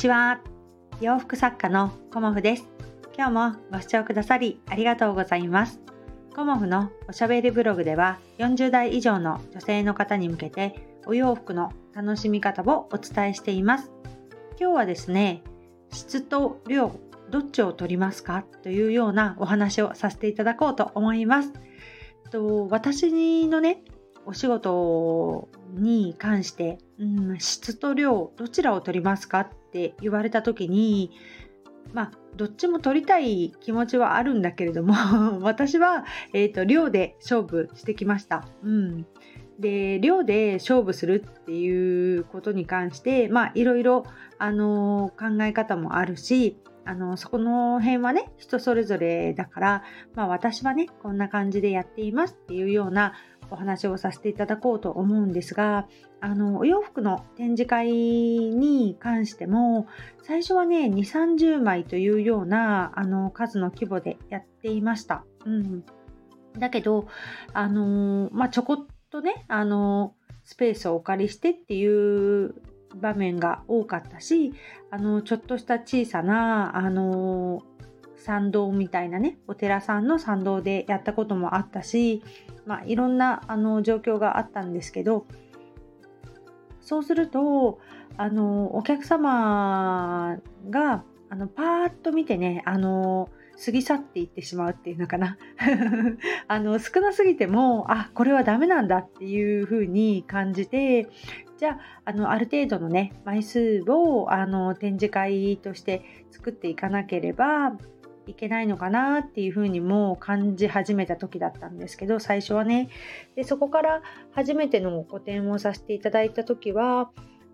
ちは。洋服作家のコモフです。今日もご視聴くださりありがとうございます。コモフのおしゃべりブログでは40代以上の女性の方に向けてお洋服の楽しみ方をお伝えしています。今日はですね、質と量どっちを取りますかというようなお話をさせていただこうと思います。私のね、お仕事に関して、質と量どちらを取りますかって言われた時に、どっちも取りたい気持ちはあるんだけれども私は、量で勝負してきました。で、量で勝負するっていうことに関していろいろ考え方もあるし、そこの辺はね、人それぞれだから、私はねこんな感じでやっていますっていうようなお話をさせていただこうと思うんですが、お洋服の展示会に関しても最初はね2、30枚というような数の規模でやっていました。だけどちょこっとねスペースをお借りしてっていう場面が多かったし、ちょっとした小さな参道みたいなね、お寺さんの参道でやったこともあったし、いろんな状況があったんですけど、そうするとお客様がパーッと見てね過ぎ去っていってしまうっていうのかな少なすぎてもこれはダメなんだっていう風に感じて、じゃあある程度のね枚数を展示会として作っていかなければいけないのかなっていう風にも感じ始めた時だったんですけど、最初はね。でそこから初めての個展をさせていただいた時は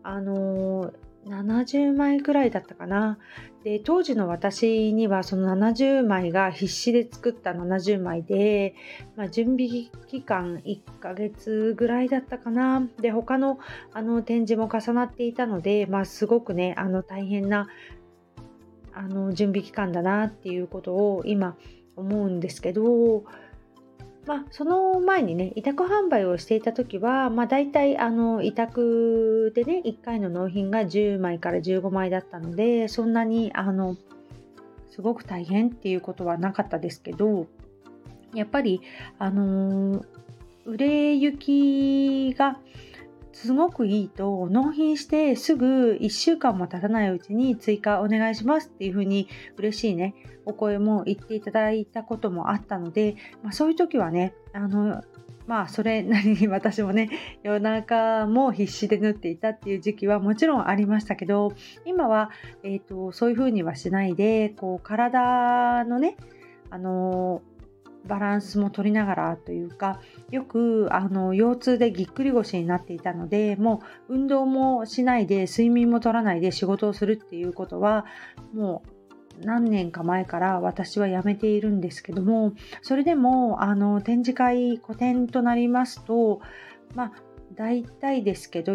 70枚くらいだったかな。で当時の私にはその70枚が必死で作った70枚で、準備期間1ヶ月ぐらいだったかな。で他の展示も重なっていたので、すごくね大変な準備期間だなっていうことを今思うんですけど、その前にね委託販売をしていた時は、だいたい委託でね1回の納品が10枚から15枚だったので、そんなにすごく大変っていうことはなかったですけど、やっぱり売れ行きがすごくいいと納品してすぐ1週間も経たないうちに追加お願いしますっていう風に嬉しいねお声も言っていただいたこともあったので、そういう時はねそれなりに私もね夜中も必死で縫っていたっていう時期はもちろんありましたけど、今は、そういう風にはしないで体のねバランスも取りながらというか、よく腰痛でぎっくり腰になっていたので、もう運動もしないで睡眠も取らないで仕事をするっていうことはもう何年か前から私はやめているんですけども、それでも展示会個展となりますとだいたいですけど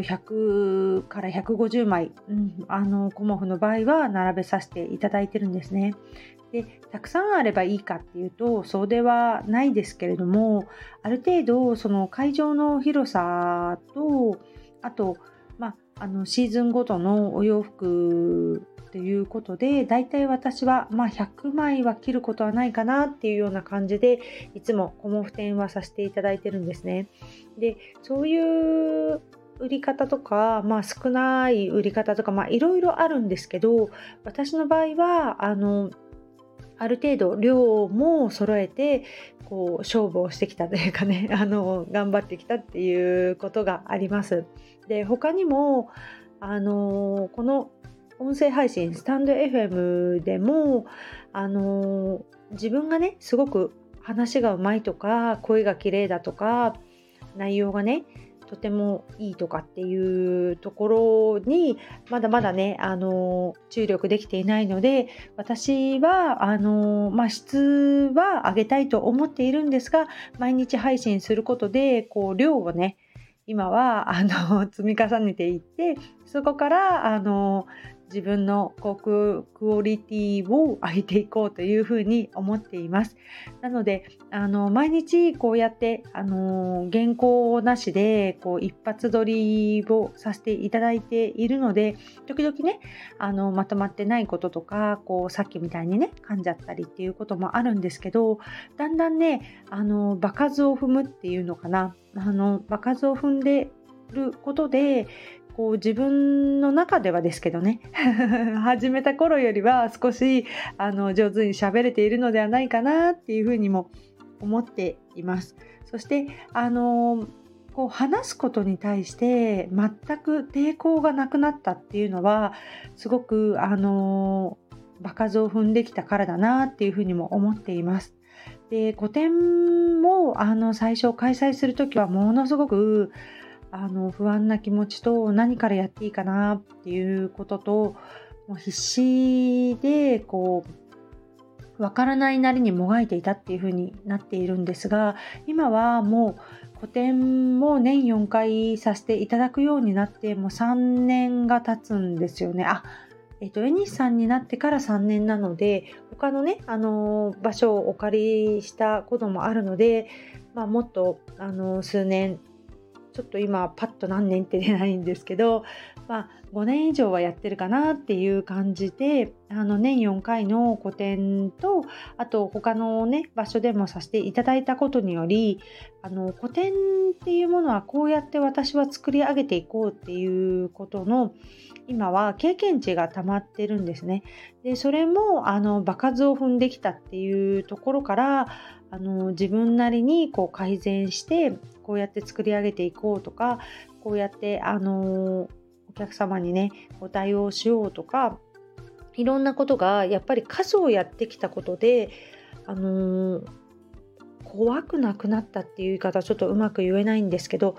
100から150枚、コモフの場合は並べさせていただいてるんですね。でたくさんあればいいかっていうとそうではないですけれども、ある程度その会場の広さと、あと、シーズンごとのお洋服ということで、だいたい私は100枚は切ることはないかなっていうような感じでいつもコモフ展はさせていただいてるんですね。でそういう売り方とか、少ない売り方とかいろいろあるんですけど、私の場合はある程度量も揃えて勝負をしてきたというかね頑張ってきたっていうことがあります。で他にもこの音声配信スタンド FM でも自分がねすごく話がうまいとか声が綺麗だとか内容がねとてもいいとかっていうところにまだまだね注力できていないので、私は質は上げたいと思っているんですが、毎日配信することで量をね今は積み重ねていって、そこから自分のクオリティを上げていこうというふうに思っています。なので毎日こうやって原稿なしで一発撮りをさせていただいているので、時々ねまとまってないこととかさっきみたいにね噛んじゃったりっていうこともあるんですけど、だんだんね場数を踏むっていうのかな、場数を踏んでることで自分の中ではですけどね始めた頃よりは少し上手に喋れているのではないかなっていうふうにも思っています。そして話すことに対して全く抵抗がなくなったっていうのはすごく場数を踏んできたからだなっていうふうにも思っています。で、個展も最初開催するときはものすごく不安な気持ちと何からやっていいかなっていうことともう必死でわからないなりにもがいていたっていう風になっているんですが、今はもう個展も年4回させていただくようになってもう3年が経つんですよね。エニシさんになってから3年なので、他のね、場所をお借りしたこともあるので、もっと数年、ちょっと今パッと何年って出ないんですけど、5年以上はやってるかなっていう感じで、年4回の個展と、あと他のね場所でもさせていただいたことにより、個展っていうものはこうやって私は作り上げていこうっていうことの今は経験値が溜まってるんですね。で、それも場数を踏んできたっていうところから自分なりに改善してこうやって作り上げていこうとか、こうやってお客様にねご対応しようとか、いろんなことがやっぱり数をやってきたことで怖くなくなったっていう言い方はちょっとうまく言えないんですけど、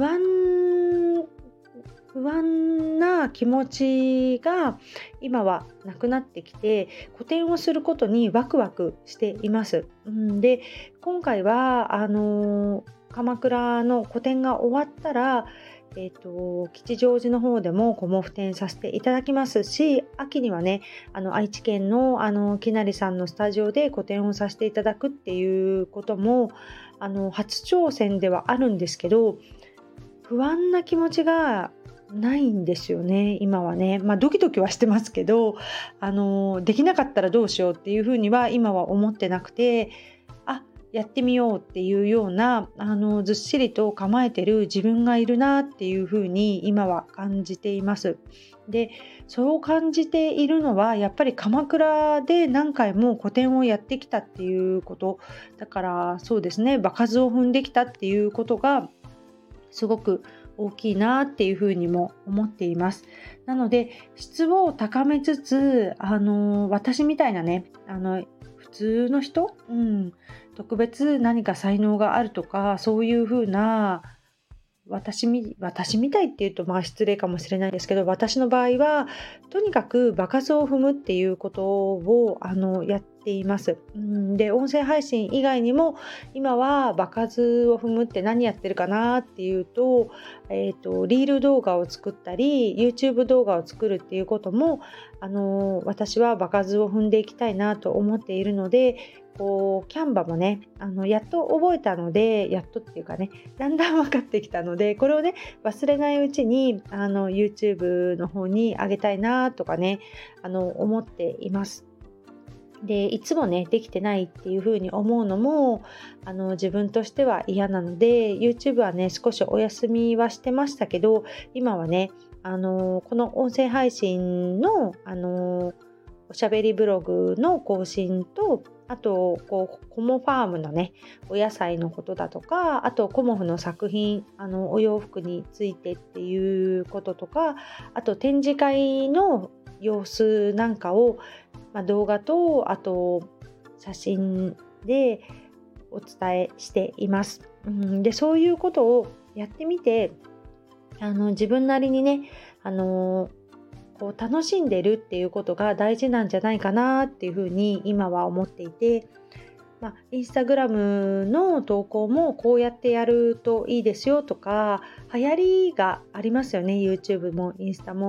不安な気持ちが今はなくなってきて、個展をすることにワクワクしています。で、今回は鎌倉の個展が終わったら、吉祥寺の方でもモフ展させていただきますし、秋にはね愛知県のきなりさんのスタジオで個展をさせていただくっていうことも初挑戦ではあるんですけど、不安な気持ちがないんですよね、今はね。ドキドキはしてますけど、できなかったらどうしようっていうふうには今は思ってなくて、やってみようっていうようなずっしりと構えてる自分がいるなっていうふうに今は感じています。で、そう感じているのはやっぱり鎌倉で何回も個展をやってきたっていうことだから、そうですね、場数を踏んできたっていうことがすごく大きいなっていうふうにも思っています。なので質を高めつつ私みたいなね普通の人、特別何か才能があるとかそういうふうな私みたいっていうと失礼かもしれないですけど、私の場合はとにかく場数を踏むっていうことをやっています。で、音声配信以外にも今は場数を踏むって何やってるかなっていうと、リール動画を作ったり YouTube 動画を作るっていうことも私は場数を踏んでいきたいなと思っているので、キャンバもねやっと覚えたので、やっとっていうかねだんだん分かってきたので、これをね忘れないうちにYouTube の方に上げたいなとかね思っています。で、いつもねできてないっていう風に思うのも自分としては嫌なので、 YouTube はね少しお休みはしてましたけど、今はねこの音声配信のおしゃべりブログの更新と、あとコモファームのねお野菜のことだとか、あとコモフの作品お洋服についてっていうこととか、あと展示会の様子なんかを、動画とあと写真でお伝えしています。で、そういうことをやってみて自分なりにね楽しんでるっていうことが大事なんじゃないかなっていうふうに今は思っていて、インスタグラムの投稿もこうやってやるといいですよとか、流行りがありますよね。 YouTube もインスタも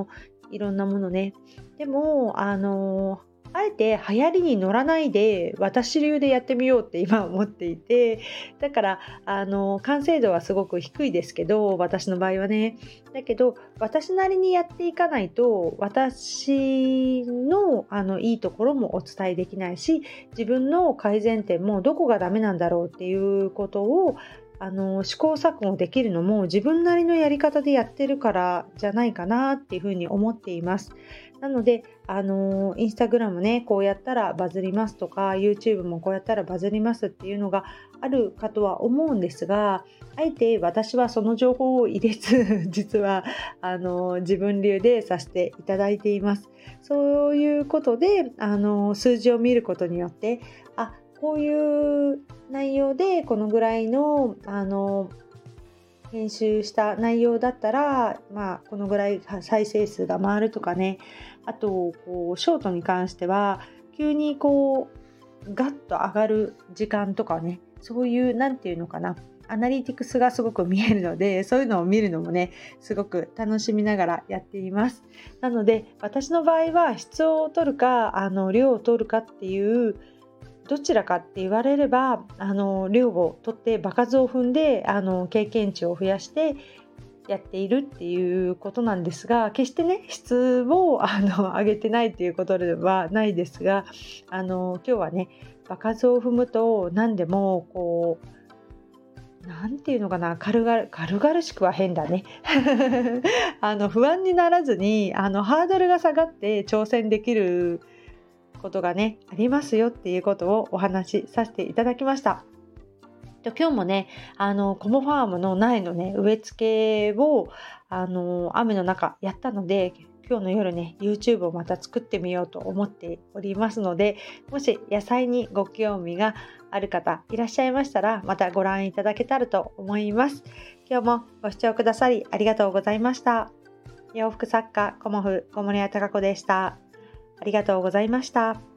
いろんなものね。でもあえて流行りに乗らないで私流でやってみようって今思っていて、だから完成度はすごく低いですけど、私の場合はね。だけど私なりにやっていかないと、私のいいところもお伝えできないし、自分の改善点もどこがダメなんだろうっていうことを試行錯誤できるのも自分なりのやり方でやってるからじゃないかなっていうふうに思っています。なのでインスタグラムね、こうやったらバズりますとか YouTube もこうやったらバズりますっていうのがあるかとは思うんですが、あえて私はその情報を入れず実は自分流でさせていただいています。そういうことで数字を見ることによって、こういう内容でこのぐらいの編集した内容だったら、このぐらい再生数が回るとかね。あとショートに関しては急にガッと上がる時間とかね、そういうなんていうのかな、アナリティクスがすごく見えるので、そういうのを見るのもね、すごく楽しみながらやっています。なので私の場合は質を取るか量を取るかっていうどちらかって言われれば量を取って場数を踏んで経験値を増やしてやっているっていうことなんですが、決してね質を上げてないっていうことではないですが、今日はね場数を踏むと何でもなんていうのかな、軽々しくは変だね不安にならずにハードルが下がって挑戦できることがねありますよっていうことをお話しさせていただきました。今日もねコモファームの苗のね植え付けを雨の中やったので、今日の夜ね YouTube をまた作ってみようと思っておりますので、もし野菜にご興味がある方いらっしゃいましたら、またご覧いただけたらと思います。今日もご視聴くださりありがとうございました。洋服作家コモフ小森屋貴子でした。ありがとうございました。